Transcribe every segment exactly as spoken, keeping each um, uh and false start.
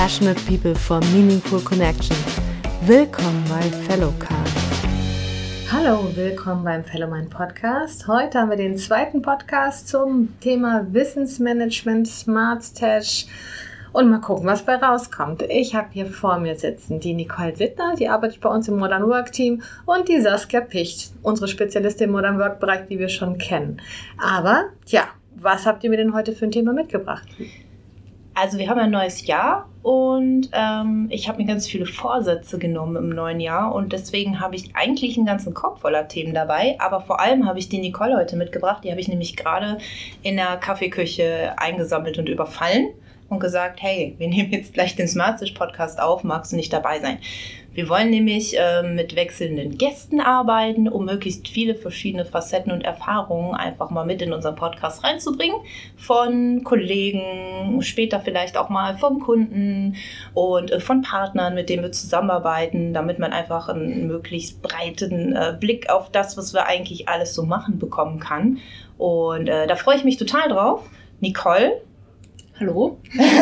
passionate people for meaningful connections. Willkommen bei Fellowcast. Hallo, willkommen beim Fellowmind Podcast. Heute haben wir den zweiten Podcast zum Thema Wissensmanagement, SmartStash und mal gucken, was bei rauskommt. Ich habe hier vor mir sitzen die Nicole Sittner, die arbeitet bei uns im Modern Work Team, und die Saskia Picht, unsere Spezialistin im Modern Work Bereich, die wir schon kennen. Aber, ja, was habt ihr mir denn heute für ein Thema mitgebracht? Also wir haben ein neues Jahr und ähm, ich habe mir ganz viele Vorsätze genommen im neuen Jahr und deswegen habe ich eigentlich einen ganzen Kopf voller Themen dabei, aber vor allem habe ich die Nicole heute mitgebracht, die habe ich nämlich gerade in der Kaffeeküche eingesammelt und überfallen und gesagt, hey, wir nehmen jetzt gleich den SmartStash Podcast auf, magst du nicht dabei sein? Wir wollen nämlich äh, mit wechselnden Gästen arbeiten, um möglichst viele verschiedene Facetten und Erfahrungen einfach mal mit in unseren Podcast reinzubringen. Von Kollegen, später vielleicht auch mal vom Kunden und äh, von Partnern, mit denen wir zusammenarbeiten, damit man einfach einen möglichst breiten äh, Blick auf das, was wir eigentlich alles so machen, bekommen kann. Und äh, da freue ich mich total drauf. Nicole? Hallo.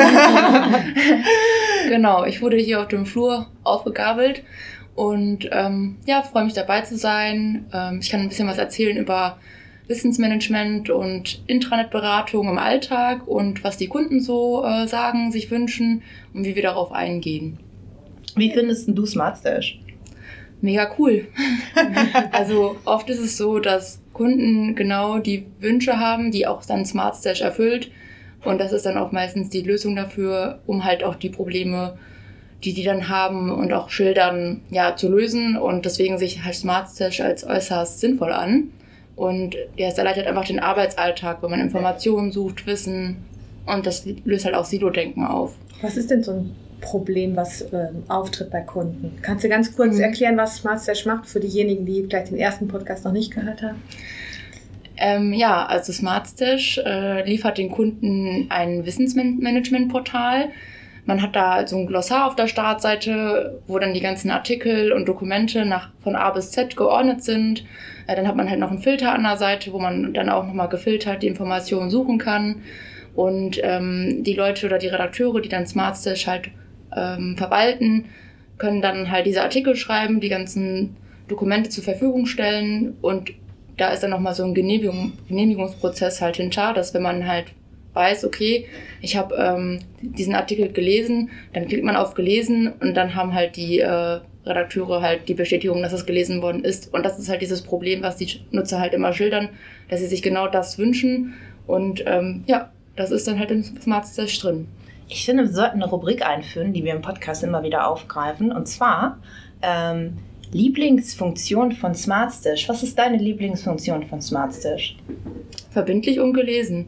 Genau, ich wurde hier auf dem Flur aufgegabelt und ähm, ja, freue mich dabei zu sein. Ähm, ich kann ein bisschen was erzählen über Wissensmanagement und Intranet-Beratung im Alltag und was die Kunden so äh, sagen, sich wünschen und wie wir darauf eingehen. Wie findest du SmartStash? Mega cool. Also oft ist es so, dass Kunden genau die Wünsche haben, die auch dann SmartStash erfüllt. Und das ist dann auch meistens die Lösung dafür, um halt auch die Probleme, die die dann haben und auch schildern, ja, zu lösen. Und deswegen sehe ich halt SmartStash als äußerst sinnvoll an. Und ja, es erleichtert einfach den Arbeitsalltag, wenn man Informationen sucht, Wissen. Und das löst halt auch Silo-Denken auf. Was ist denn so ein Problem, was äh, auftritt bei Kunden? Kannst du ganz kurz mhm. erklären, was SmartStash macht für diejenigen, die vielleicht den ersten Podcast noch nicht gehört haben? Ähm, ja, also SmartStash äh, liefert den Kunden ein Wissensmanagement-Portal. Man hat da so ein Glossar auf der Startseite, wo dann die ganzen Artikel und Dokumente nach, von A bis Z geordnet sind. Äh, dann hat man halt noch einen Filter an der Seite, wo man dann auch nochmal gefiltert die Informationen suchen kann. Und ähm, die Leute oder die Redakteure, die dann SmartStash halt ähm, verwalten, können dann halt diese Artikel schreiben, die ganzen Dokumente zur Verfügung stellen, und da ist dann nochmal so ein Genehmigung, Genehmigungsprozess halt hinter, dass wenn man halt weiß, okay, ich habe ähm, diesen Artikel gelesen, dann klickt man auf gelesen und dann haben halt die äh, Redakteure halt die Bestätigung, dass es gelesen worden ist. Und das ist halt dieses Problem, was die Nutzer halt immer schildern, dass sie sich genau das wünschen. Und ähm, ja, das ist dann halt im SmartStash drin. Ich finde, wir sollten eine Rubrik einführen, die wir im Podcast immer wieder aufgreifen. Und zwar ähm, Lieblingsfunktion von SmartStash. Was ist deine Lieblingsfunktion von SmartStash? Verbindlich und gelesen.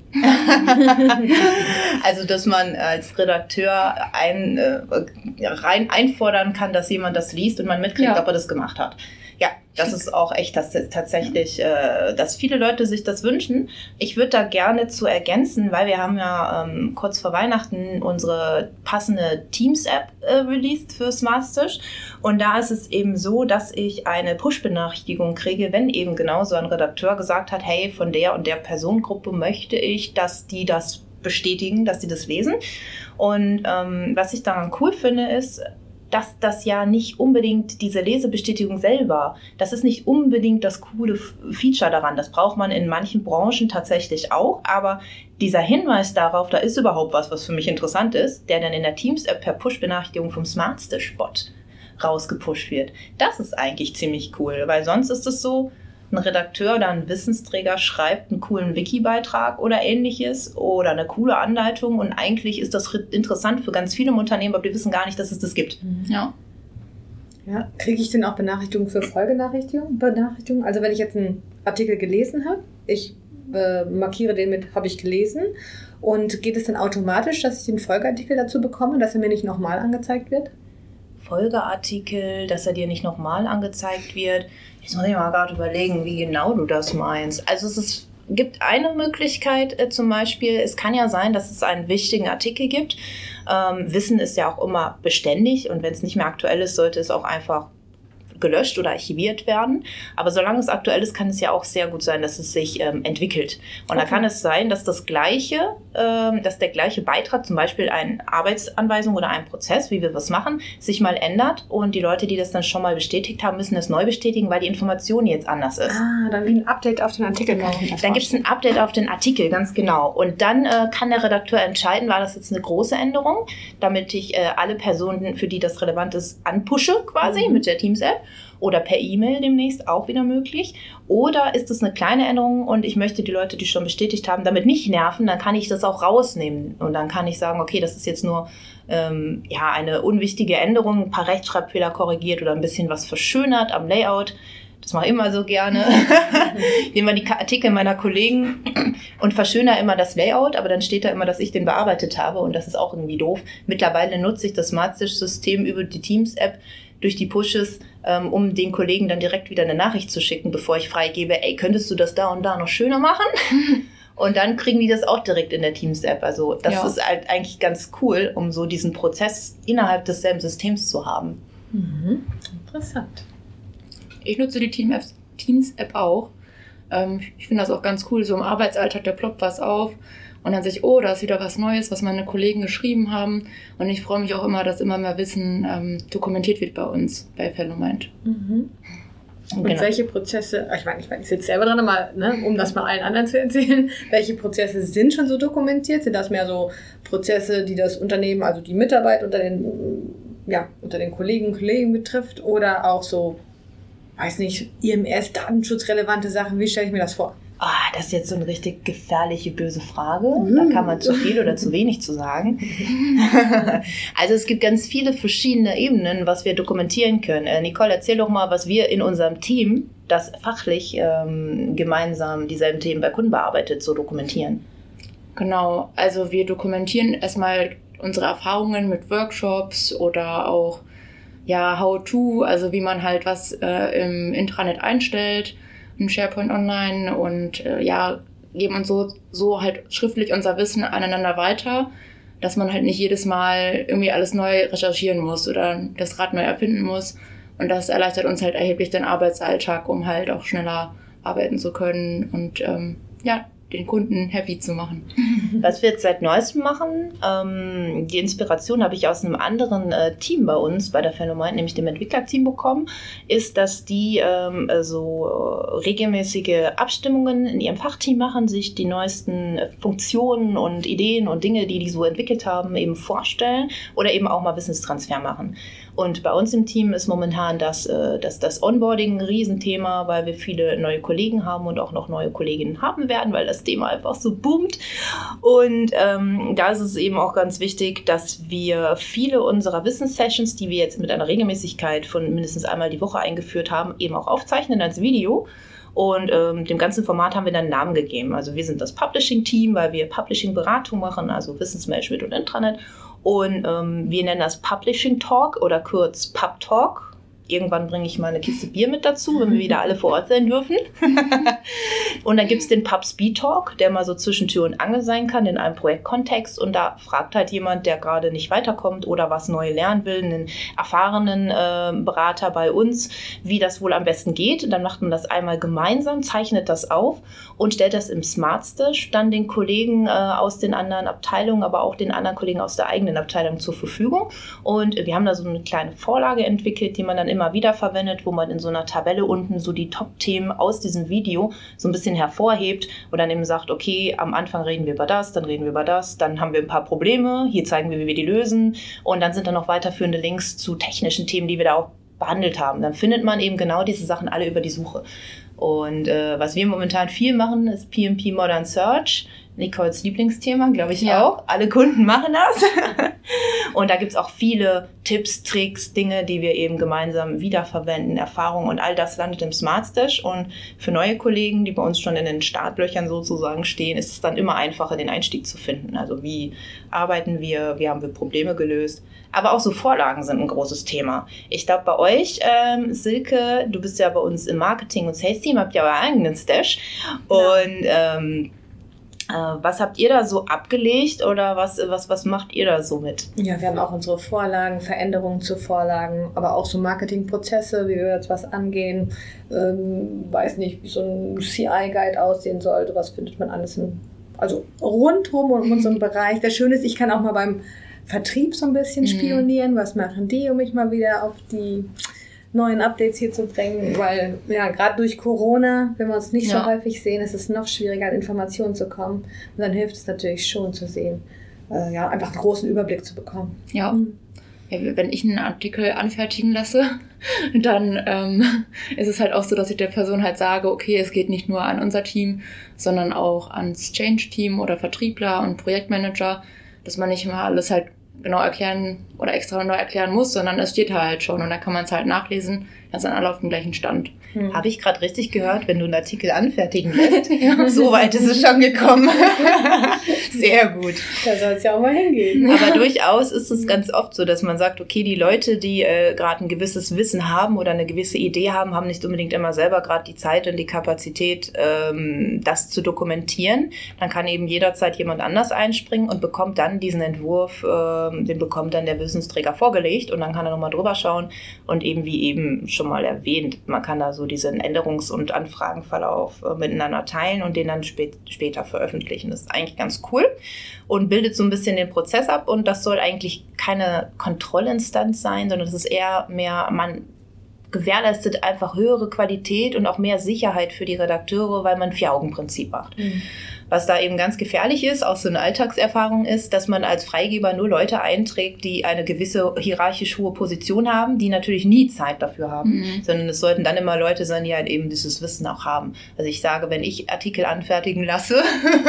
Also, dass man als Redakteur ein, äh, rein einfordern kann, dass jemand das liest und man mitkriegt, ja, ob er das gemacht hat. Ja, das ist auch echt das, tatsächlich, äh, dass viele Leute sich das wünschen. Ich würde da gerne zu ergänzen, weil wir haben ja ähm, kurz vor Weihnachten unsere passende Teams-App äh, released für SmartStash. Und da ist es eben so, dass ich eine Push-Benachrichtigung kriege, wenn eben genau so ein Redakteur gesagt hat, hey, von der und der Personengruppe möchte ich, dass die das bestätigen, dass die das lesen. Und ähm, was ich daran cool finde, ist, dass das ja nicht unbedingt diese Lesebestätigung selber, das ist nicht unbedingt das coole Feature daran. Das braucht man in manchen Branchen tatsächlich auch, aber dieser Hinweis darauf, da ist überhaupt was, was für mich interessant ist, der dann in der Teams-App per Push-Benachrichtigung vom SmartStash-Bot rausgepusht wird. Das ist eigentlich ziemlich cool, weil sonst ist es so, ein Redakteur oder ein Wissensträger schreibt einen coolen Wiki-Beitrag oder ähnliches oder eine coole Anleitung und eigentlich ist das interessant für ganz viele Unternehmen, aber die wissen gar nicht, dass es das gibt. Ja. Ja, kriege ich denn auch Benachrichtigungen für Folgenachrichtigungen? Benachrichtigungen? Also wenn ich jetzt einen Artikel gelesen habe, ich äh, markiere den mit, habe ich gelesen, und geht es dann automatisch, dass ich den Folgeartikel dazu bekomme, dass er mir nicht nochmal angezeigt wird? Folgeartikel, dass er dir nicht nochmal angezeigt wird. Jetzt muss ich mal gerade überlegen, wie genau du das meinst. Also es ist, gibt eine Möglichkeit äh, zum Beispiel, es kann ja sein, dass es einen wichtigen Artikel gibt. Ähm, Wissen ist ja auch immer beständig und wenn es nicht mehr aktuell ist, sollte es auch einfach gelöscht oder archiviert werden. Aber solange es aktuell ist, kann es ja auch sehr gut sein, dass es sich ähm, entwickelt. Und okay. da kann es sein, dass das gleiche, ähm, dass der gleiche Beitrag, zum Beispiel eine Arbeitsanweisung oder ein Prozess, wie wir was machen, sich mal ändert und die Leute, die das dann schon mal bestätigt haben, müssen das neu bestätigen, weil die Information jetzt anders ist. Ah, dann wie ein Update auf den Artikel. Genau. Dann gibt es ein Update auf den Artikel, ganz genau. Und dann äh, kann der Redakteur entscheiden, war das jetzt eine große Änderung, damit ich äh, alle Personen, für die das relevant ist, anpushe quasi mhm. mit der Teams-App oder per E-Mail demnächst auch wieder möglich. Oder ist es eine kleine Änderung und ich möchte die Leute, die schon bestätigt haben, damit nicht nerven, dann kann ich das auch rausnehmen. Und dann kann ich sagen, okay, das ist jetzt nur ähm, ja, eine unwichtige Änderung, ein paar Rechtschreibfehler korrigiert oder ein bisschen was verschönert am Layout. Das mache ich immer so gerne. Ich nehme mal die Artikel meiner Kollegen und verschönere immer das Layout, aber dann steht da immer, dass ich den bearbeitet habe und das ist auch irgendwie doof. Mittlerweile nutze ich das SmartStitch-System über die Teams-App durch die Pushes, ähm, um den Kollegen dann direkt wieder eine Nachricht zu schicken, bevor ich freigebe, ey, könntest du das da und da noch schöner machen? Und dann kriegen die das auch direkt in der Teams-App. Also das ja. ist halt eigentlich ganz cool, um so diesen Prozess innerhalb desselben Systems zu haben. Mhm. Interessant. Ich nutze die Teams-App auch. Ähm, ich finde das auch ganz cool. So im Arbeitsalltag, da ploppt was auf und dann sehe ich, oh, da ist wieder was Neues, was meine Kollegen geschrieben haben. Und ich freue mich auch immer, dass immer mehr Wissen ähm, dokumentiert wird bei uns, bei Fellomind. Mhm. Und genau. welche Prozesse, ich meine, ich, mein, ich sitze selber dran, mal, ne, um das mal allen anderen zu erzählen, welche Prozesse sind schon so dokumentiert? Sind das mehr so Prozesse, die das Unternehmen, also die Mitarbeit unter den, ja, unter den Kollegen und Kollegen betrifft oder auch so, weiß nicht, I M S, datenschutzrelevante Sachen, wie stelle ich mir das vor? Ah, das ist jetzt so eine richtig gefährliche, böse Frage. Mm. Da kann man zu viel oder zu wenig zu sagen. Also es gibt ganz viele verschiedene Ebenen, was wir dokumentieren können. Äh, Nicole, erzähl doch mal, was wir in unserem Team, das fachlich ähm, gemeinsam dieselben Themen bei Kunden bearbeitet, so dokumentieren. Genau, also wir dokumentieren erstmal unsere Erfahrungen mit Workshops oder auch ja, How-to, also wie man halt was äh, im Intranet einstellt, im SharePoint Online und äh, ja, geben uns so, so halt schriftlich unser Wissen aneinander weiter, dass man halt nicht jedes Mal irgendwie alles neu recherchieren muss oder das Rad neu erfinden muss. Und das erleichtert uns halt erheblich den Arbeitsalltag, um halt auch schneller arbeiten zu können und ähm, ja, den Kunden happy zu machen. Was wir jetzt seit Neuestem machen, ähm, die Inspiration habe ich aus einem anderen äh, Team bei uns, bei der Fellomind, nämlich dem Entwicklerteam bekommen, ist, dass die ähm, so regelmäßige Abstimmungen in ihrem Fachteam machen, sich die neuesten Funktionen und Ideen und Dinge, die die so entwickelt haben, eben vorstellen oder eben auch mal Wissenstransfer machen. Und bei uns im Team ist momentan das, äh, das, das Onboarding ein Riesenthema, weil wir viele neue Kollegen haben und auch noch neue Kolleginnen haben werden, weil das Thema einfach so boomt. Und ähm, da ist es eben auch ganz wichtig, dass wir viele unserer Wissenssessions, die wir jetzt mit einer Regelmäßigkeit von mindestens einmal die Woche eingeführt haben, eben auch aufzeichnen als Video. Und ähm, dem ganzen Format haben wir dann einen Namen gegeben. Also wir sind das Publishing-Team, weil wir Publishing-Beratung machen, also Wissensmanagement und Intranet. Und ähm, wir nennen das Publishing Talk oder kurz Pub Talk. Irgendwann bringe ich mal eine Kiste Bier mit dazu, wenn wir wieder alle vor Ort sein dürfen. Und dann gibt es den Pub Speed Talk, der mal so zwischen Tür und Angel sein kann in einem Projektkontext. Und da fragt halt jemand, der gerade nicht weiterkommt oder was neu lernen will, einen erfahrenen äh, Berater bei uns, wie das wohl am besten geht. Und dann macht man das einmal gemeinsam, zeichnet das auf und stellt das im SmartStitch dann den Kollegen äh, aus den anderen Abteilungen, aber auch den anderen Kollegen aus der eigenen Abteilung zur Verfügung. Und wir haben da so eine kleine Vorlage entwickelt, die man dann immer wieder verwendet, wo man in so einer Tabelle unten so die Top-Themen aus diesem Video so ein bisschen hervorhebt und dann eben sagt, okay, am Anfang reden wir über das, dann reden wir über das, dann haben wir ein paar Probleme, hier zeigen wir, wie wir die lösen und dann sind da noch weiterführende Links zu technischen Themen, die wir da auch behandelt haben. Dann findet man eben genau diese Sachen alle über die Suche. Und äh, was wir momentan viel machen, ist P M P Modern Search. Nicoles Lieblingsthema, glaube ich ja. auch. Alle Kunden machen das. Und da gibt es auch viele Tipps, Tricks, Dinge, die wir eben gemeinsam wiederverwenden, Erfahrungen und all das landet im SmartStitch. Und für neue Kollegen, die bei uns schon in den Startlöchern sozusagen stehen, ist es dann immer einfacher, den Einstieg zu finden. Also wie arbeiten wir, wie haben wir Probleme gelöst. Aber auch so Vorlagen sind ein großes Thema. Ich glaube, bei euch, ähm, Silke, du bist ja bei uns im Marketing- und Sales-Team, habt ja euer eigenen Stash. Ja. Und ähm, Was habt ihr da so abgelegt oder was, was, was macht ihr da so mit? Ja, wir haben auch unsere Vorlagen, Veränderungen zu Vorlagen, aber auch so Marketingprozesse, wie wir jetzt was angehen. Ähm, weiß nicht, wie so ein C I-Guide aussehen sollte, was findet man alles im, also rundherum um unseren Bereich. Das Schöne ist, ich kann auch mal beim Vertrieb so ein bisschen spionieren. Was machen die, um mich mal wieder auf die neuen Updates hier zu bringen, weil ja gerade durch Corona, wenn wir uns nicht ja. so häufig sehen, ist es noch schwieriger, an Informationen zu kommen. Und dann hilft es natürlich schon zu sehen, äh, ja, einfach einen großen Überblick zu bekommen. Ja. Mhm. Ja, wenn ich einen Artikel anfertigen lasse, dann ähm, ist es halt auch so, dass ich der Person halt sage, okay, es geht nicht nur an unser Team, sondern auch ans Change-Team oder Vertriebler und Projektmanager, dass man nicht immer alles halt genau erklären oder extra neu erklären muss, sondern es steht halt schon und da kann man es halt nachlesen, dann sind alle auf dem gleichen Stand. Hm. Habe ich gerade richtig gehört, wenn du einen Artikel anfertigen lässt? Ja. So weit ist es schon gekommen. Sehr gut. Da soll es ja auch mal hingehen. Aber durchaus ist es ganz oft so, dass man sagt, okay, die Leute, die äh, gerade ein gewisses Wissen haben oder eine gewisse Idee haben, haben nicht unbedingt immer selber gerade die Zeit und die Kapazität, ähm, das zu dokumentieren. Dann kann eben jederzeit jemand anders einspringen und bekommt dann diesen Entwurf, äh, den bekommt dann der Wissensträger vorgelegt und dann kann er nochmal drüber schauen und eben wie eben schon mal erwähnt, man kann da so diesen Änderungs- und Anfragenverlauf äh, miteinander teilen und den dann spät, später veröffentlichen. Das ist eigentlich ganz cool und bildet so ein bisschen den Prozess ab und das soll eigentlich keine Kontrollinstanz sein, sondern das ist eher mehr, man gewährleistet einfach höhere Qualität und auch mehr Sicherheit für die Redakteure, weil man Vier-Augen-Prinzip macht. Mhm. Was da eben ganz gefährlich ist, auch so eine Alltagserfahrung ist, dass man als Freigeber nur Leute einträgt, die eine gewisse hierarchisch hohe Position haben, die natürlich nie Zeit dafür haben, mhm. sondern es sollten dann immer Leute sein, die halt eben dieses Wissen auch haben. Also ich sage, wenn ich Artikel anfertigen lasse,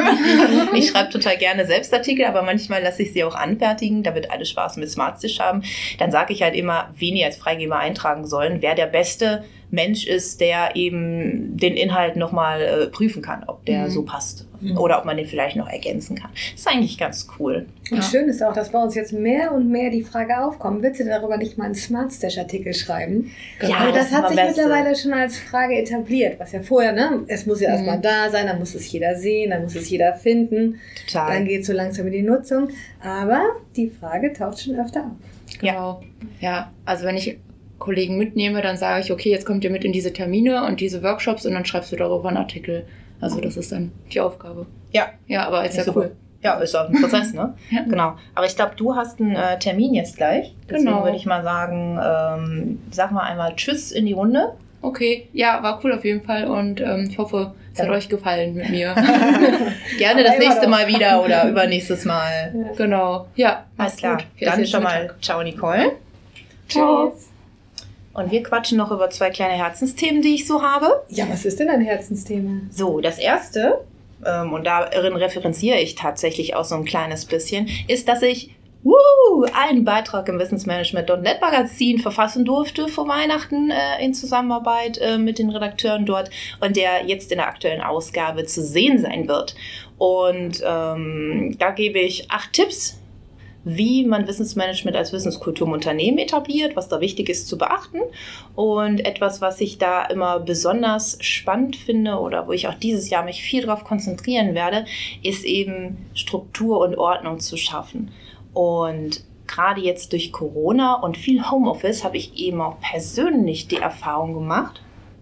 ich schreibe total gerne selbst Artikel, aber manchmal lasse ich sie auch anfertigen, damit alle Spaß mit Smartstitch haben, dann sage ich halt immer, wen die als Freigeber eintragen sollen, wer der beste Mensch ist, der eben den Inhalt nochmal äh, prüfen kann, ob der mhm. so passt mhm. oder ob man den vielleicht noch ergänzen kann. Das ist eigentlich ganz cool. Und ja. schön ist auch, dass bei uns jetzt mehr und mehr die Frage aufkommt, willst du darüber nicht mal einen Smart-Stash-Artikel schreiben? Ja, aber das, das hat sich Beste. mittlerweile schon als Frage etabliert, was ja vorher, ne, es muss ja mhm. erstmal da sein, dann muss es jeder sehen, dann muss es jeder finden. Total. Dann geht es so langsam in die Nutzung. Aber die Frage taucht schon öfter auf. Genau. Ja, ja, also wenn ich Kollegen mitnehme, dann sage ich, okay, jetzt kommt ihr mit in diese Termine und diese Workshops und dann schreibst du darüber einen Artikel. Also das ist dann die Aufgabe. Ja. Ja, aber ist ja cool. Ja, ist auch ein Prozess, ne? Ja. Genau. Aber ich glaube, du hast einen äh, Termin jetzt gleich. Deswegen genau. würde ich mal sagen, ähm, sag mal einmal Tschüss in die Runde. Okay, ja, war cool auf jeden Fall und ähm, ich hoffe, es hat ja. euch gefallen mit mir. Gerne aber das nächste Mal wieder oder übernächstes Mal. Ja. Genau, ja. Alles klar. Dann schon mal ciao, Nicole. Tschüss. Und wir quatschen noch über zwei kleine Herzensthemen, die ich so habe. Ja, was ist denn ein Herzensthema? So, das erste, ähm, und darin referenziere ich tatsächlich auch so ein kleines bisschen, ist, dass ich woo, einen Beitrag im Wissensmanagement Punkt net Magazin verfassen durfte vor Weihnachten äh, in Zusammenarbeit äh, mit den Redakteuren dort und der jetzt in der aktuellen Ausgabe zu sehen sein wird. Und ähm, da gebe ich acht Tipps, wie man Wissensmanagement als Wissenskultur im Unternehmen etabliert, was da wichtig ist zu beachten. Und etwas, was ich da immer besonders spannend finde oder wo ich auch dieses Jahr mich viel darauf konzentrieren werde, ist eben Struktur und Ordnung zu schaffen. Und gerade jetzt durch Corona und viel Homeoffice habe ich eben auch persönlich die Erfahrung gemacht,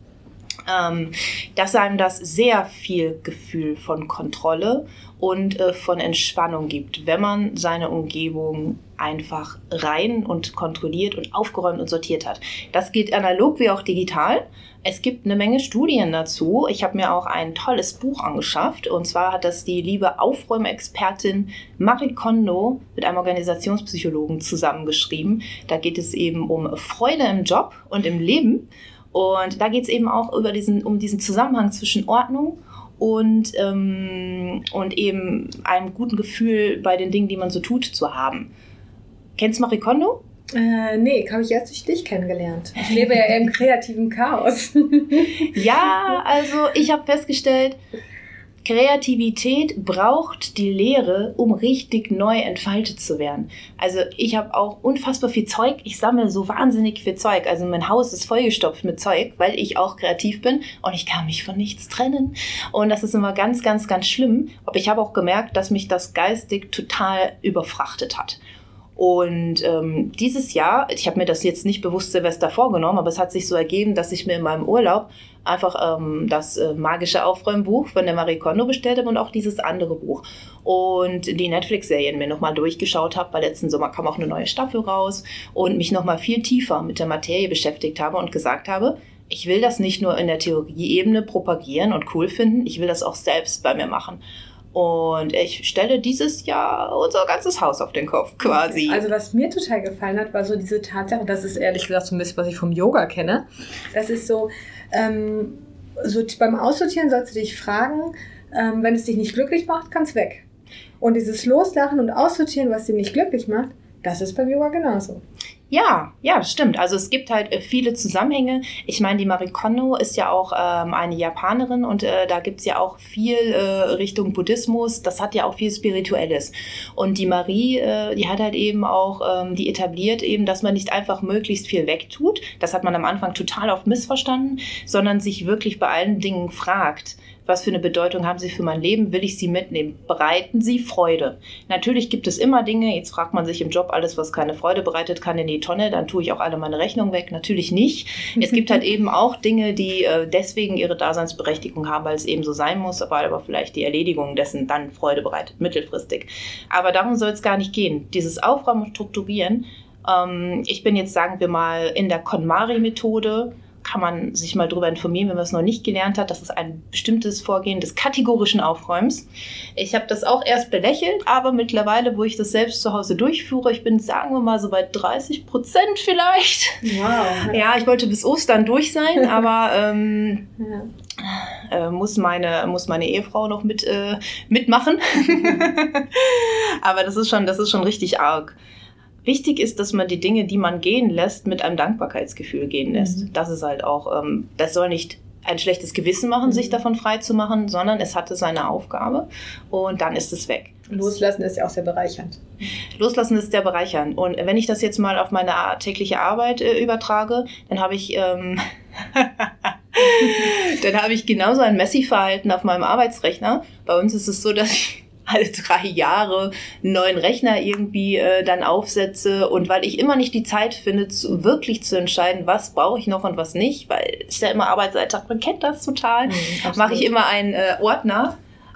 ähm, dass einem das sehr viel Gefühl von Kontrolle und äh, von Entspannung gibt, wenn man seine Umgebung einfach rein und kontrolliert und aufgeräumt und sortiert hat. Das geht analog wie auch digital. Es gibt eine Menge Studien dazu. Ich habe mir auch ein tolles Buch angeschafft. Und zwar hat das die liebe Aufräumexpertin Marie Kondo mit einem Organisationspsychologen zusammengeschrieben. Da geht es eben um Freude im Job und im Leben. Und da geht es eben auch über diesen, um diesen Zusammenhang zwischen Ordnung und, ähm, und eben einem guten Gefühl bei den Dingen, die man so tut, zu haben. Kennst du Marie Kondo? Äh, nee, habe ich erst durch dich kennengelernt. Ich lebe ja im kreativen Chaos. Ja, also ich habe festgestellt, Kreativität braucht die Lehre, um richtig neu entfaltet zu werden. Also ich habe auch unfassbar viel Zeug. Ich sammle so wahnsinnig viel Zeug. Also mein Haus ist vollgestopft mit Zeug, weil ich auch kreativ bin und ich kann mich von nichts trennen. Und das ist immer ganz, ganz, ganz schlimm. Aber ich habe auch gemerkt, dass mich das geistig total überfrachtet hat. Und ähm, dieses Jahr, ich habe mir das jetzt nicht bewusst Silvester vorgenommen, aber es hat sich so ergeben, dass ich mir in meinem Urlaub einfach ähm, das äh, magische Aufräumbuch von der Marie Kondo bestellt habe und auch dieses andere Buch. Und die Netflix-Serien mir nochmal durchgeschaut habe, weil letzten Sommer kam auch eine neue Staffel raus und mich nochmal viel tiefer mit der Materie beschäftigt habe und gesagt habe, ich will das nicht nur in der Theorieebene propagieren und cool finden, ich will das auch selbst bei mir machen. Und ich stelle dieses Jahr unser ganzes Haus auf den Kopf quasi. Also was mir total gefallen hat, war so diese Tatsache, das ist ehrlich gesagt so ein bisschen, was ich vom Yoga kenne. Das ist so, ähm, so beim Aussortieren sollst du dich fragen, ähm, wenn es dich nicht glücklich macht, kann es weg. Und dieses Loslachen und Aussortieren, was dich nicht glücklich macht, das ist beim Yoga genauso. Ja, ja, das stimmt. Also es gibt halt äh, viele Zusammenhänge. Ich meine, die Marie Kondo ist ja auch ähm, eine Japanerin und äh, da gibt's ja auch viel äh, Richtung Buddhismus. Das hat ja auch viel Spirituelles. Und die Marie, äh, die hat halt eben auch, ähm, die etabliert eben, dass man nicht einfach möglichst viel wegtut. Das hat man am Anfang total oft missverstanden, sondern sich wirklich bei allen Dingen fragt, was für eine Bedeutung haben sie für mein Leben? Will ich sie mitnehmen? Bereiten sie Freude? Natürlich gibt es immer Dinge, jetzt fragt man sich im Job, alles, was keine Freude bereitet, kann in die Tonne, dann tue ich auch alle meine Rechnungen weg. Natürlich nicht. Es gibt halt eben auch Dinge, die äh, deswegen ihre Daseinsberechtigung haben, weil es eben so sein muss, aber, aber vielleicht die Erledigung dessen dann Freude bereitet, mittelfristig. Aber darum soll es gar nicht gehen. Dieses Aufräumen und Strukturieren, ähm, ich bin jetzt, sagen wir mal, in der KonMari-Methode, kann man sich mal drüber informieren, wenn man es noch nicht gelernt hat. Das ist ein bestimmtes Vorgehen des kategorischen Aufräumens. Ich habe das auch erst belächelt, aber mittlerweile, wo ich das selbst zu Hause durchführe, ich bin, sagen wir mal, so bei dreißig Prozent vielleicht. Wow. Ja, ich wollte bis Ostern durch sein, aber ähm, ja. äh, muss, meine, muss meine Ehefrau noch mit, äh, mitmachen. Aber das ist schon, das ist schon richtig arg. Wichtig ist, dass man die Dinge, die man gehen lässt, mit einem Dankbarkeitsgefühl gehen lässt. Mhm. Das ist halt auch, ähm, das soll nicht ein schlechtes Gewissen machen, mhm. sich davon frei zu machen, sondern es hatte seine Aufgabe und dann ist es weg. Loslassen ist ja auch sehr bereichernd. Loslassen ist sehr bereichernd. Und wenn ich das jetzt mal auf meine tägliche Arbeit äh, übertrage, dann habe ich, ähm, dann habe ich genauso ein Messi-Verhalten auf meinem Arbeitsrechner. Bei uns ist es so, dass ich alle drei Jahre einen neuen Rechner irgendwie äh, dann aufsetze und weil ich immer nicht die Zeit finde, zu, wirklich zu entscheiden, was brauche ich noch und was nicht, weil es ist ja immer Arbeitsalltag, man kennt das total, mhm, mache ich immer einen äh, Ordner,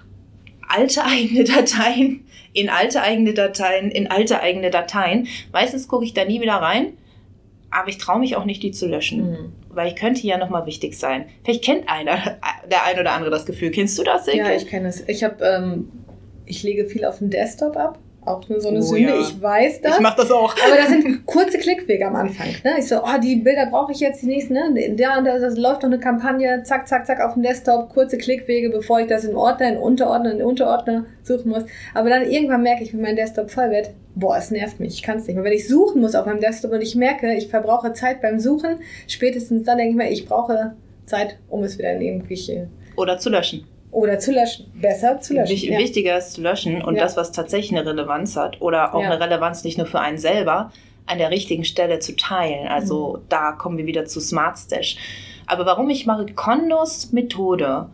alte eigene Dateien, in alte eigene Dateien, in alte eigene Dateien. Meistens gucke ich da nie wieder rein, aber ich traue mich auch nicht, die zu löschen. Mhm. Weil ich könnte ja nochmal wichtig sein. Vielleicht kennt einer, der ein oder andere das Gefühl. Kennst du das, Silke? Ja, ich kenne es. Ich habe... Ähm Ich lege viel auf dem Desktop ab, auch nur so eine oh, Sünde, ja. Ich weiß das. Ich mach das auch. Aber das sind kurze Klickwege am Anfang. Ne? Ich so, oh, die Bilder brauche ich jetzt, die nächsten, ne? Da, da, da läuft noch eine Kampagne, zack, zack, zack, auf dem Desktop, kurze Klickwege, bevor ich das in Ordner, in Unterordner, in Unterordner suchen muss. Aber dann irgendwann merke ich, wenn mein Desktop voll wird, boah, es nervt mich, ich kann es nicht mehr. Wenn ich suchen muss auf meinem Desktop und ich merke, ich verbrauche Zeit beim Suchen, spätestens dann denke ich mir, ich brauche Zeit, um es wieder in irgendwelche... Oder zu löschen. Oder zu löschen. Besser zu löschen. Wich- ja. Wichtiger ist zu löschen und ja. das, was tatsächlich eine Relevanz hat oder auch ja. eine Relevanz nicht nur für einen selber, an der richtigen Stelle zu teilen. Also mhm. da kommen wir wieder zu Smart Stash. Aber warum ich Marie Kondos Methode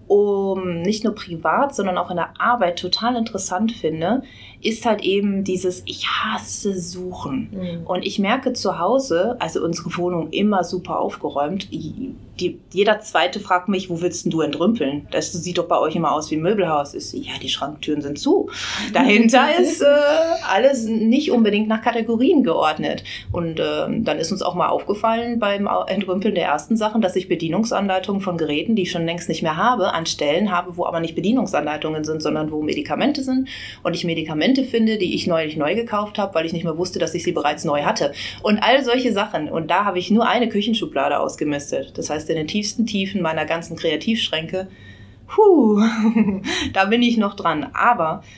um nicht nur privat, sondern auch in der Arbeit total interessant finde, ist halt eben dieses, ich hasse Suchen. Mhm. Und ich merke zu Hause, also unsere Wohnung immer super aufgeräumt, die, jeder Zweite fragt mich, wo willst denn du entrümpeln? Das sieht doch bei euch immer aus wie ein Möbelhaus. Ich so, ja, die Schranktüren sind zu. Dahinter ist äh, alles nicht unbedingt nach Kategorien geordnet. Und äh, dann ist uns auch mal aufgefallen beim Entrümpeln der ersten Sachen, dass ich Bedienungsanleitungen von Geräten, die ich schon längst nicht mehr habe, an Stellen habe, wo aber nicht Bedienungsanleitungen sind, sondern wo Medikamente sind. Und ich Medikamente finde, die ich neulich neu gekauft habe, weil ich nicht mehr wusste, dass ich sie bereits neu hatte. Und all solche Sachen. Und da habe ich nur eine Küchenschublade ausgemistet. Das heißt, in den tiefsten Tiefen meiner ganzen Kreativschränke, puh, da bin ich noch dran. Aber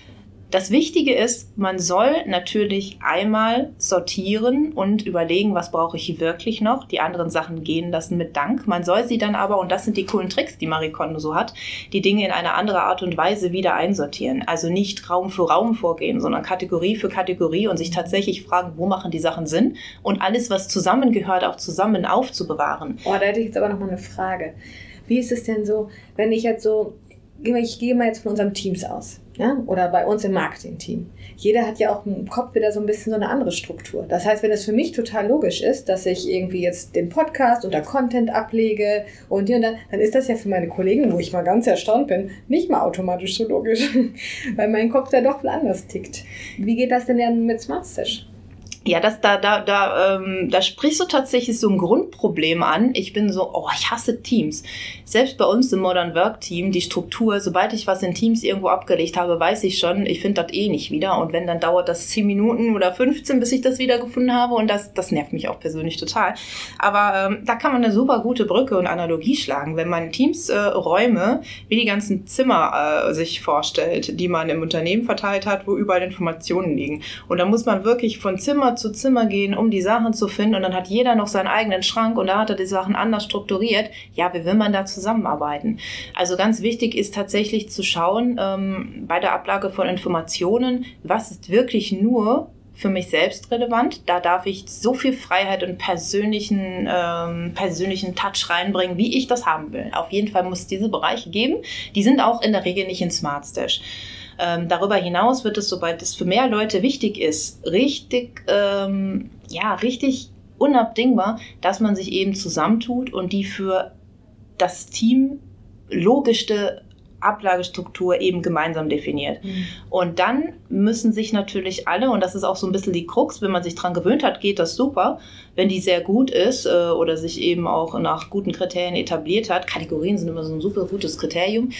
Das Wichtige ist, man soll natürlich einmal sortieren und überlegen, was brauche ich wirklich noch, die anderen Sachen gehen lassen mit Dank. Man soll sie dann aber, und das sind die coolen Tricks, die Marie Kondo so hat, die Dinge in eine andere Art und Weise wieder einsortieren. Also nicht Raum für Raum vorgehen, sondern Kategorie für Kategorie und sich tatsächlich fragen, wo machen die Sachen Sinn und alles, was zusammengehört, auch zusammen aufzubewahren. Oh, da hätte ich jetzt aber noch mal eine Frage. Wie ist es denn so, wenn ich jetzt so, ich gehe mal jetzt von unserem Teams aus, ja? Oder bei uns im Marketing-Team. Jeder hat ja auch im Kopf wieder so ein bisschen so eine andere Struktur. Das heißt, wenn es für mich total logisch ist, dass ich irgendwie jetzt den Podcast unter Content ablege und hier und da, dann ist das ja für meine Kollegen, wo ich mal ganz erstaunt bin, nicht mal automatisch so logisch, weil mein Kopf da doch anders tickt. Wie geht das denn dann mit SmartStash? Ja, das, da, da, da, ähm, da sprichst du tatsächlich so ein Grundproblem an. Ich bin so, oh, ich hasse Teams. Selbst bei uns im Modern Work Team, die Struktur, sobald ich was in Teams irgendwo abgelegt habe, weiß ich schon, ich finde das eh nicht wieder. Und wenn, dann dauert das zehn Minuten oder fünfzehn, bis ich das wiedergefunden habe. Und das, das nervt mich auch persönlich total. Aber ähm, da kann man eine super gute Brücke und Analogie schlagen. Wenn man Teams äh, Räume wie die ganzen Zimmer äh, sich vorstellt, die man im Unternehmen verteilt hat, wo überall Informationen liegen. Und da muss man wirklich von Zimmer zu Zimmer gehen, um die Sachen zu finden und dann hat jeder noch seinen eigenen Schrank und da hat er die Sachen anders strukturiert. Ja, wie will man da zusammenarbeiten? Also ganz wichtig ist tatsächlich zu schauen, ähm, bei der Ablage von Informationen, was ist wirklich nur für mich selbst relevant. Da darf ich so viel Freiheit und persönlichen, ähm, persönlichen Touch reinbringen, wie ich das haben will. Auf jeden Fall muss es diese Bereiche geben. Die sind auch in der Regel nicht in SmartStash. Ähm, darüber hinaus wird es, sobald es für mehr Leute wichtig ist, richtig, ähm, ja, richtig unabdingbar, dass man sich eben zusammentut und die für das Team logischste Ablagestruktur eben gemeinsam definiert. Mhm. Und dann müssen sich natürlich alle, und das ist auch so ein bisschen die Krux, wenn man sich dran gewöhnt hat, geht das super. Wenn die sehr gut ist äh, oder sich eben auch nach guten Kriterien etabliert hat, Kategorien sind immer so ein super gutes Kriterium,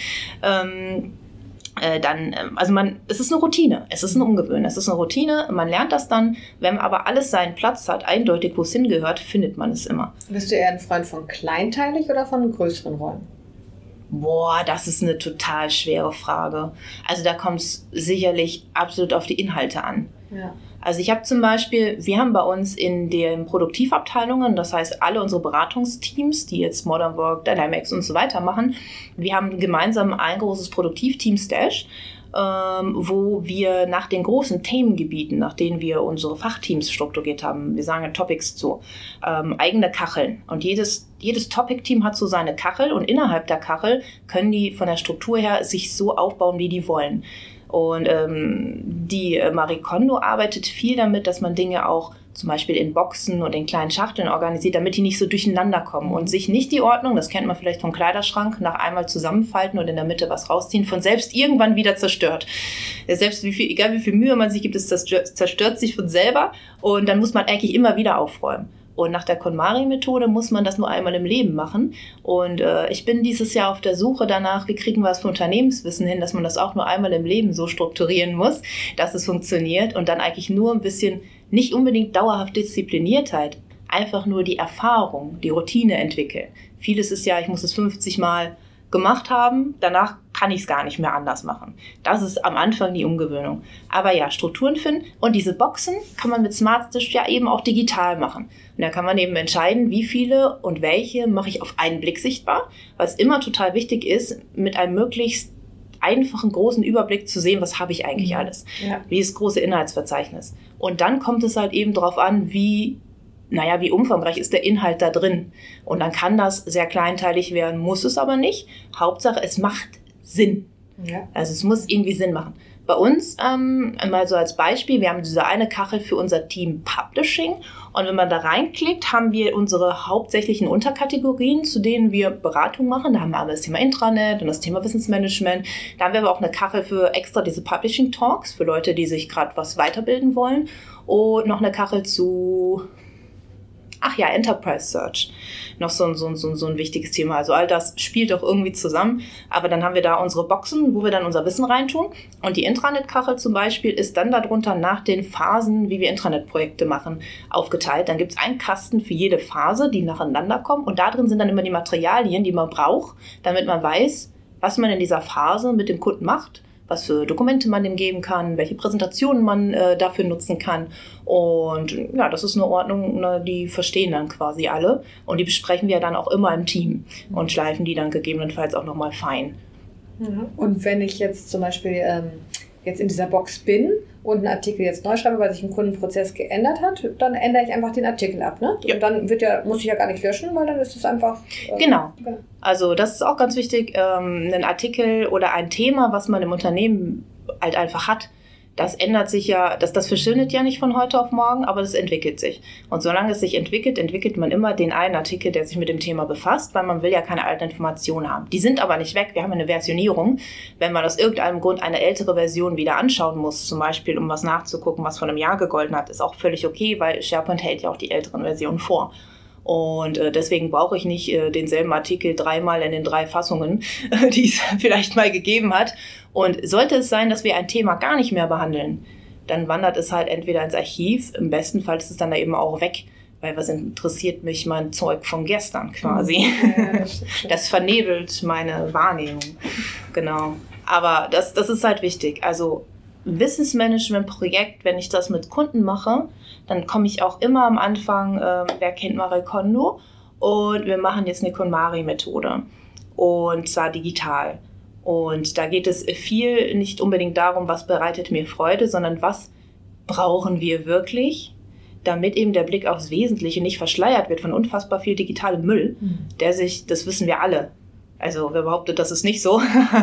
ähm, Äh, dann, also man, es ist eine Routine, es ist ein Umgewöhnen, es ist eine Routine, man lernt das dann, wenn aber alles seinen Platz hat, eindeutig, wo es hingehört, findet man es immer. Bist du eher ein Freund von kleinteilig oder von größeren Räumen? Boah, das ist eine total schwere Frage. Also da kommt es sicherlich absolut auf die Inhalte an. Ja. Also ich habe zum Beispiel, wir haben bei uns in den Produktivabteilungen, das heißt alle unsere Beratungsteams, die jetzt Modern Work, Dynamics und so weiter machen, wir haben gemeinsam ein großes Produktivteam Stash, ähm, wo wir nach den großen Themengebieten, nach denen wir unsere Fachteams strukturiert haben, wir sagen Topics zu, ähm, eigene Kacheln. Und jedes, jedes Topic-Team hat so seine Kachel und innerhalb der Kachel können die von der Struktur her sich so aufbauen, wie die wollen. Und ähm, die äh, Marie Kondo arbeitet viel damit, dass man Dinge auch zum Beispiel in Boxen und in kleinen Schachteln organisiert, damit die nicht so durcheinander kommen und sich nicht die Ordnung, das kennt man vielleicht vom Kleiderschrank, nach einmal zusammenfalten und in der Mitte was rausziehen, von selbst irgendwann wieder zerstört. Selbst wie viel, egal wie viel Mühe man sich gibt, es zerstört sich von selber und dann muss man eigentlich immer wieder aufräumen. Und nach der KonMari-Methode muss man das nur einmal im Leben machen. Und äh, ich bin dieses Jahr auf der Suche danach, wie kriegen wir es für Unternehmenswissen hin, dass man das auch nur einmal im Leben so strukturieren muss, dass es funktioniert und dann eigentlich nur ein bisschen, nicht unbedingt dauerhaft Diszipliniertheit, einfach nur die Erfahrung, die Routine entwickeln. Vieles ist ja, ich muss es fünfzig Mal gemacht haben, danach kann ich es gar nicht mehr anders machen. Das ist am Anfang die Umgewöhnung. Aber ja, Strukturen finden und diese Boxen kann man mit SmartStash ja eben auch digital machen. Und da kann man eben entscheiden, wie viele und welche mache ich auf einen Blick sichtbar, was immer total wichtig ist, mit einem möglichst einfachen, großen Überblick zu sehen, was habe ich eigentlich alles. Ja. Wie ist das große Inhaltsverzeichnis. Und dann kommt es halt eben darauf an, wie naja, wie umfangreich ist der Inhalt da drin. Und dann kann das sehr kleinteilig werden, muss es aber nicht. Hauptsache, es macht Sinn. Ja. Also es muss irgendwie Sinn machen. Bei uns, ähm, mal so als Beispiel, wir haben diese eine Kachel für unser Team Publishing. Und wenn man da reinklickt, haben wir unsere hauptsächlichen Unterkategorien, zu denen wir Beratung machen. Da haben wir aber das Thema Intranet und das Thema Wissensmanagement. Da haben wir aber auch eine Kachel für extra diese Publishing Talks, für Leute, die sich gerade was weiterbilden wollen. Und noch eine Kachel zu... Ach ja, Enterprise Search, noch so ein, so, ein, so ein wichtiges Thema. Also all das spielt doch irgendwie zusammen. Aber dann haben wir da unsere Boxen, wo wir dann unser Wissen reintun. Und die Intranet-Kachel zum Beispiel ist dann darunter nach den Phasen, wie wir Intranet-Projekte machen, aufgeteilt. Dann gibt es einen Kasten für jede Phase, die nacheinander kommen. Und da drin sind dann immer die Materialien, die man braucht, damit man weiß, was man in dieser Phase mit dem Kunden macht, was für Dokumente man dem geben kann, welche Präsentationen man äh, dafür nutzen kann. Und ja, das ist eine Ordnung, ne, die verstehen dann quasi alle. Und die besprechen wir dann auch immer im Team und schleifen die dann gegebenenfalls auch nochmal fein. Und wenn ich jetzt zum Beispiel ähm, jetzt in dieser Box bin und einen Artikel jetzt neu schreibe, weil sich ein Kundenprozess geändert hat, dann ändere ich einfach den Artikel ab, ne? Ja. Und dann wird ja, muss ich ja gar nicht löschen, weil dann ist es einfach... Ähm, genau. Also das ist auch ganz wichtig, ähm, ein Artikel oder ein Thema, was man im Unternehmen halt einfach hat, das ändert sich ja, das, das verschwindet ja nicht von heute auf morgen, aber das entwickelt sich. Und solange es sich entwickelt, entwickelt man immer den einen Artikel, der sich mit dem Thema befasst, weil man will ja keine alten Informationen haben. Die sind aber nicht weg, wir haben eine Versionierung. Wenn man aus irgendeinem Grund eine ältere Version wieder anschauen muss, zum Beispiel um was nachzugucken, was vor einem Jahr gegolten hat, ist auch völlig okay, weil SharePoint hält ja auch die älteren Versionen vor. Und äh, deswegen brauche ich nicht äh, denselben Artikel dreimal in den drei Fassungen, äh, die es vielleicht mal gegeben hat. Und sollte es sein, dass wir ein Thema gar nicht mehr behandeln, dann wandert es halt entweder ins Archiv, im besten Fall ist es dann da eben auch weg, weil was interessiert mich mein Zeug von gestern quasi. Ja, das, das vernebelt meine Wahrnehmung. Genau. Aber das, das ist halt wichtig. Also Wissensmanagement-Projekt, wenn ich das mit Kunden mache, dann komme ich auch immer am Anfang, äh, wer kennt Marie Kondo? Und wir machen jetzt eine KonMari-Methode. Und zwar digital. Und da geht es viel nicht unbedingt darum, was bereitet mir Freude, sondern was brauchen wir wirklich, damit eben der Blick aufs Wesentliche nicht verschleiert wird von unfassbar viel digitalem Müll, mhm. der sich, das wissen wir alle. Also wer behauptet, das ist nicht so,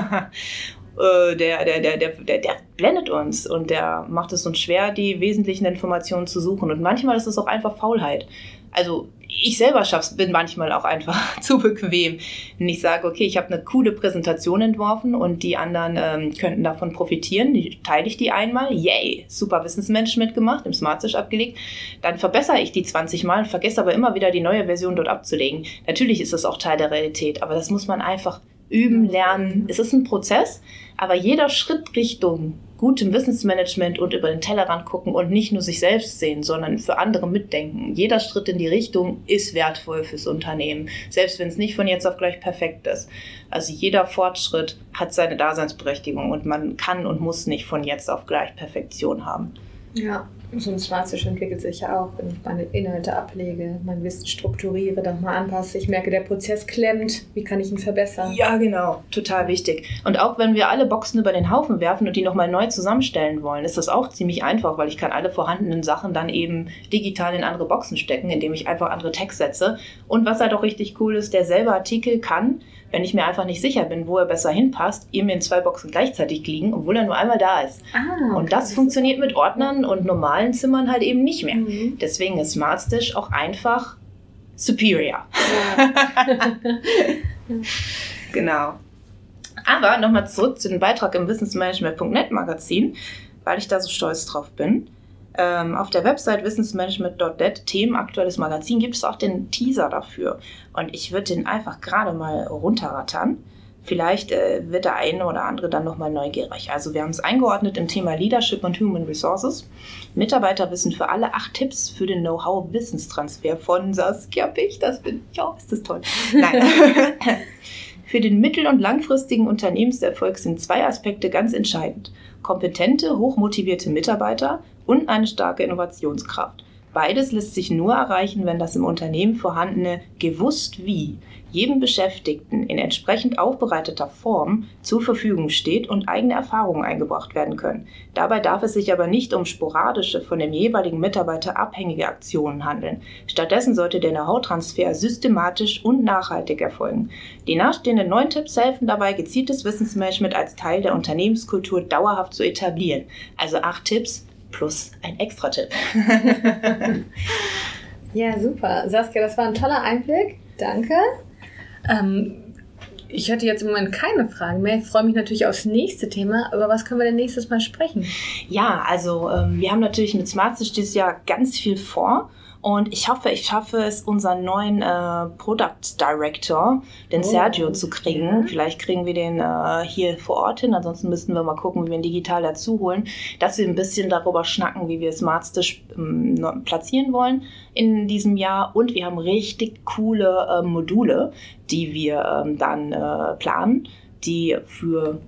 der, der, der, der, der, der blendet uns und der macht es uns schwer, die wesentlichen Informationen zu suchen. Und manchmal ist es auch einfach Faulheit. Also ich selber schaff's, bin manchmal auch einfach zu bequem. Wenn ich sage, okay, ich habe eine coole Präsentation entworfen und die anderen ähm, könnten davon profitieren, die, teile ich die einmal, yay, super Wissensmanagement gemacht, im Smartstish abgelegt, dann verbessere ich die zwanzig Mal und vergesse aber immer wieder die neue Version dort abzulegen. Natürlich ist das auch Teil der Realität, aber das muss man einfach üben, lernen. Es ist ein Prozess, aber jeder Schritt Richtung gutem Wissensmanagement und über den Tellerrand gucken und nicht nur sich selbst sehen, sondern für andere mitdenken. Jeder Schritt in die Richtung ist wertvoll fürs Unternehmen, selbst wenn es nicht von jetzt auf gleich perfekt ist. Also jeder Fortschritt hat seine Daseinsberechtigung und man kann und muss nicht von jetzt auf gleich Perfektion haben. Ja, so ein Smartstish entwickelt sich ja auch, wenn ich meine Inhalte ablege, mein Wissen strukturiere, dann mal anpasse. Ich merke, der Prozess klemmt. Wie kann ich ihn verbessern? Ja, genau. Total wichtig. Und auch wenn wir alle Boxen über den Haufen werfen und die nochmal neu zusammenstellen wollen, ist das auch ziemlich einfach, weil ich kann alle vorhandenen Sachen dann eben digital in andere Boxen stecken, indem ich einfach andere Tags setze. Und was halt auch richtig cool ist, derselbe Artikel kann, wenn ich mir einfach nicht sicher bin, wo er besser hinpasst, eben in zwei Boxen gleichzeitig liegen, obwohl er nur einmal da ist. Ah, okay. Und das funktioniert mit Ordnern und normalen Zimmern halt eben nicht mehr. Mhm. Deswegen ist Smartstish auch einfach superior. Ja. Genau. Aber nochmal zurück zu dem Beitrag im Wissensmanagement Punkt net Magazin, weil ich da so stolz drauf bin. Ähm, auf der Website wissensmanagement Punkt net, Themen aktuelles Magazin, gibt es auch den Teaser dafür. Und ich würde den einfach gerade mal runterrattern. Vielleicht äh, wird der eine oder andere dann nochmal neugierig. Also wir haben es eingeordnet im Thema Leadership und Human Resources. Mitarbeiterwissen für alle acht Tipps für den Know-how-Wissenstransfer von Saskia Pich. Das bin ich auch, ist das toll. Nein. Für den mittel- und langfristigen Unternehmenserfolg sind zwei Aspekte ganz entscheidend. Kompetente, hochmotivierte Mitarbeiter und eine starke Innovationskraft. Beides lässt sich nur erreichen, wenn das im Unternehmen vorhandene gewusst wie jedem Beschäftigten in entsprechend aufbereiteter Form zur Verfügung steht und eigene Erfahrungen eingebracht werden können. Dabei darf es sich aber nicht um sporadische, von dem jeweiligen Mitarbeiter abhängige Aktionen handeln. Stattdessen sollte der Know-how-Transfer systematisch und nachhaltig erfolgen. Die nachstehenden neun Tipps helfen dabei, gezieltes Wissensmanagement als Teil der Unternehmenskultur dauerhaft zu etablieren. Also acht Tipps plus ein Extra-Tipp. Ja, super. Saskia, das war ein toller Einblick. Danke. Ähm, ich hatte jetzt im Moment keine Fragen mehr. Ich freue mich natürlich aufs nächste Thema. Über was können wir denn nächstes Mal sprechen? Ja, also ähm, wir haben natürlich mit Smartstish dieses Jahr ganz viel vor. Und ich hoffe, ich schaffe es, unseren neuen äh, Product Director, den oh, Sergio, zu kriegen. Ja. Vielleicht kriegen wir den äh, hier vor Ort hin. Ansonsten müssten wir mal gucken, wie wir ihn digital dazu holen, dass wir ein bisschen darüber schnacken, wie wir Smartstish ähm, platzieren wollen in diesem Jahr. Und wir haben richtig coole äh, Module, die wir ähm, dann äh, planen, die für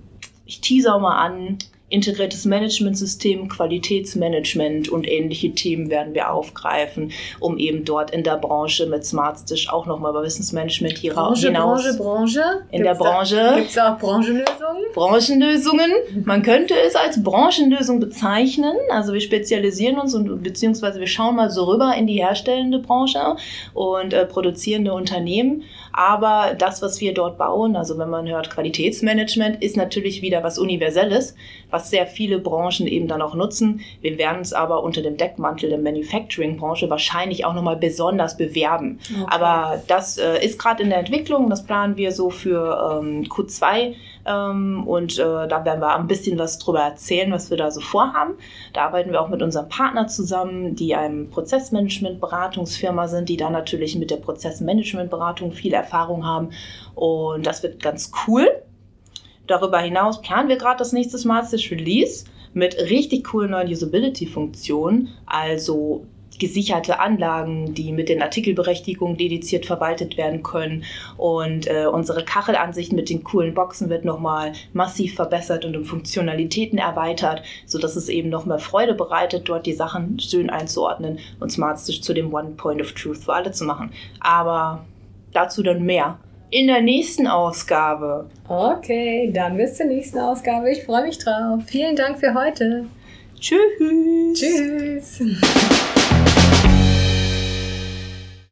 ich teaser mal an, integriertes Managementsystem, Qualitätsmanagement und ähnliche Themen werden wir aufgreifen, um eben dort in der Branche mit SmartStitch auch nochmal über Wissensmanagement hier Branche, hinaus. Branche, Branche. In Gibt's der Branche. Gibt es auch Branchenlösungen? Branchenlösungen. Man könnte es als Branchenlösung bezeichnen. Also wir spezialisieren uns und beziehungsweise wir schauen mal so rüber in die herstellende Branche und äh, produzierende Unternehmen. Aber das, was wir dort bauen, also wenn man hört Qualitätsmanagement, ist natürlich wieder was Universelles, was sehr viele Branchen eben dann auch nutzen. Wir werden es aber unter dem Deckmantel der Manufacturing-Branche wahrscheinlich auch nochmal besonders bewerben. Okay. Aber das äh, ist gerade in der Entwicklung, das planen wir so für ähm, Q zwei ähm, und äh, da werden wir ein bisschen was drüber erzählen, was wir da so vorhaben. Da arbeiten wir auch mit unserem Partner zusammen, die einem Prozessmanagement-Beratungsfirma sind, die da natürlich mit der Prozessmanagement-Beratung viel Erfahrung haben und das wird ganz cool. Darüber hinaus planen wir gerade das nächste SmartStitch Release mit richtig coolen neuen Usability-Funktionen, also gesicherte Anlagen, die mit den Artikelberechtigungen dediziert verwaltet werden können und äh, unsere Kachelansicht mit den coolen Boxen wird nochmal massiv verbessert und um Funktionalitäten erweitert, sodass es eben noch mehr Freude bereitet, dort die Sachen schön einzuordnen und SmartStitch zu dem One Point of Truth für alle zu machen. Aber dazu dann mehr in der nächsten Ausgabe. Okay, dann bis zur nächsten Ausgabe. Ich freue mich drauf. Vielen Dank für heute. Tschüss. Tschüss.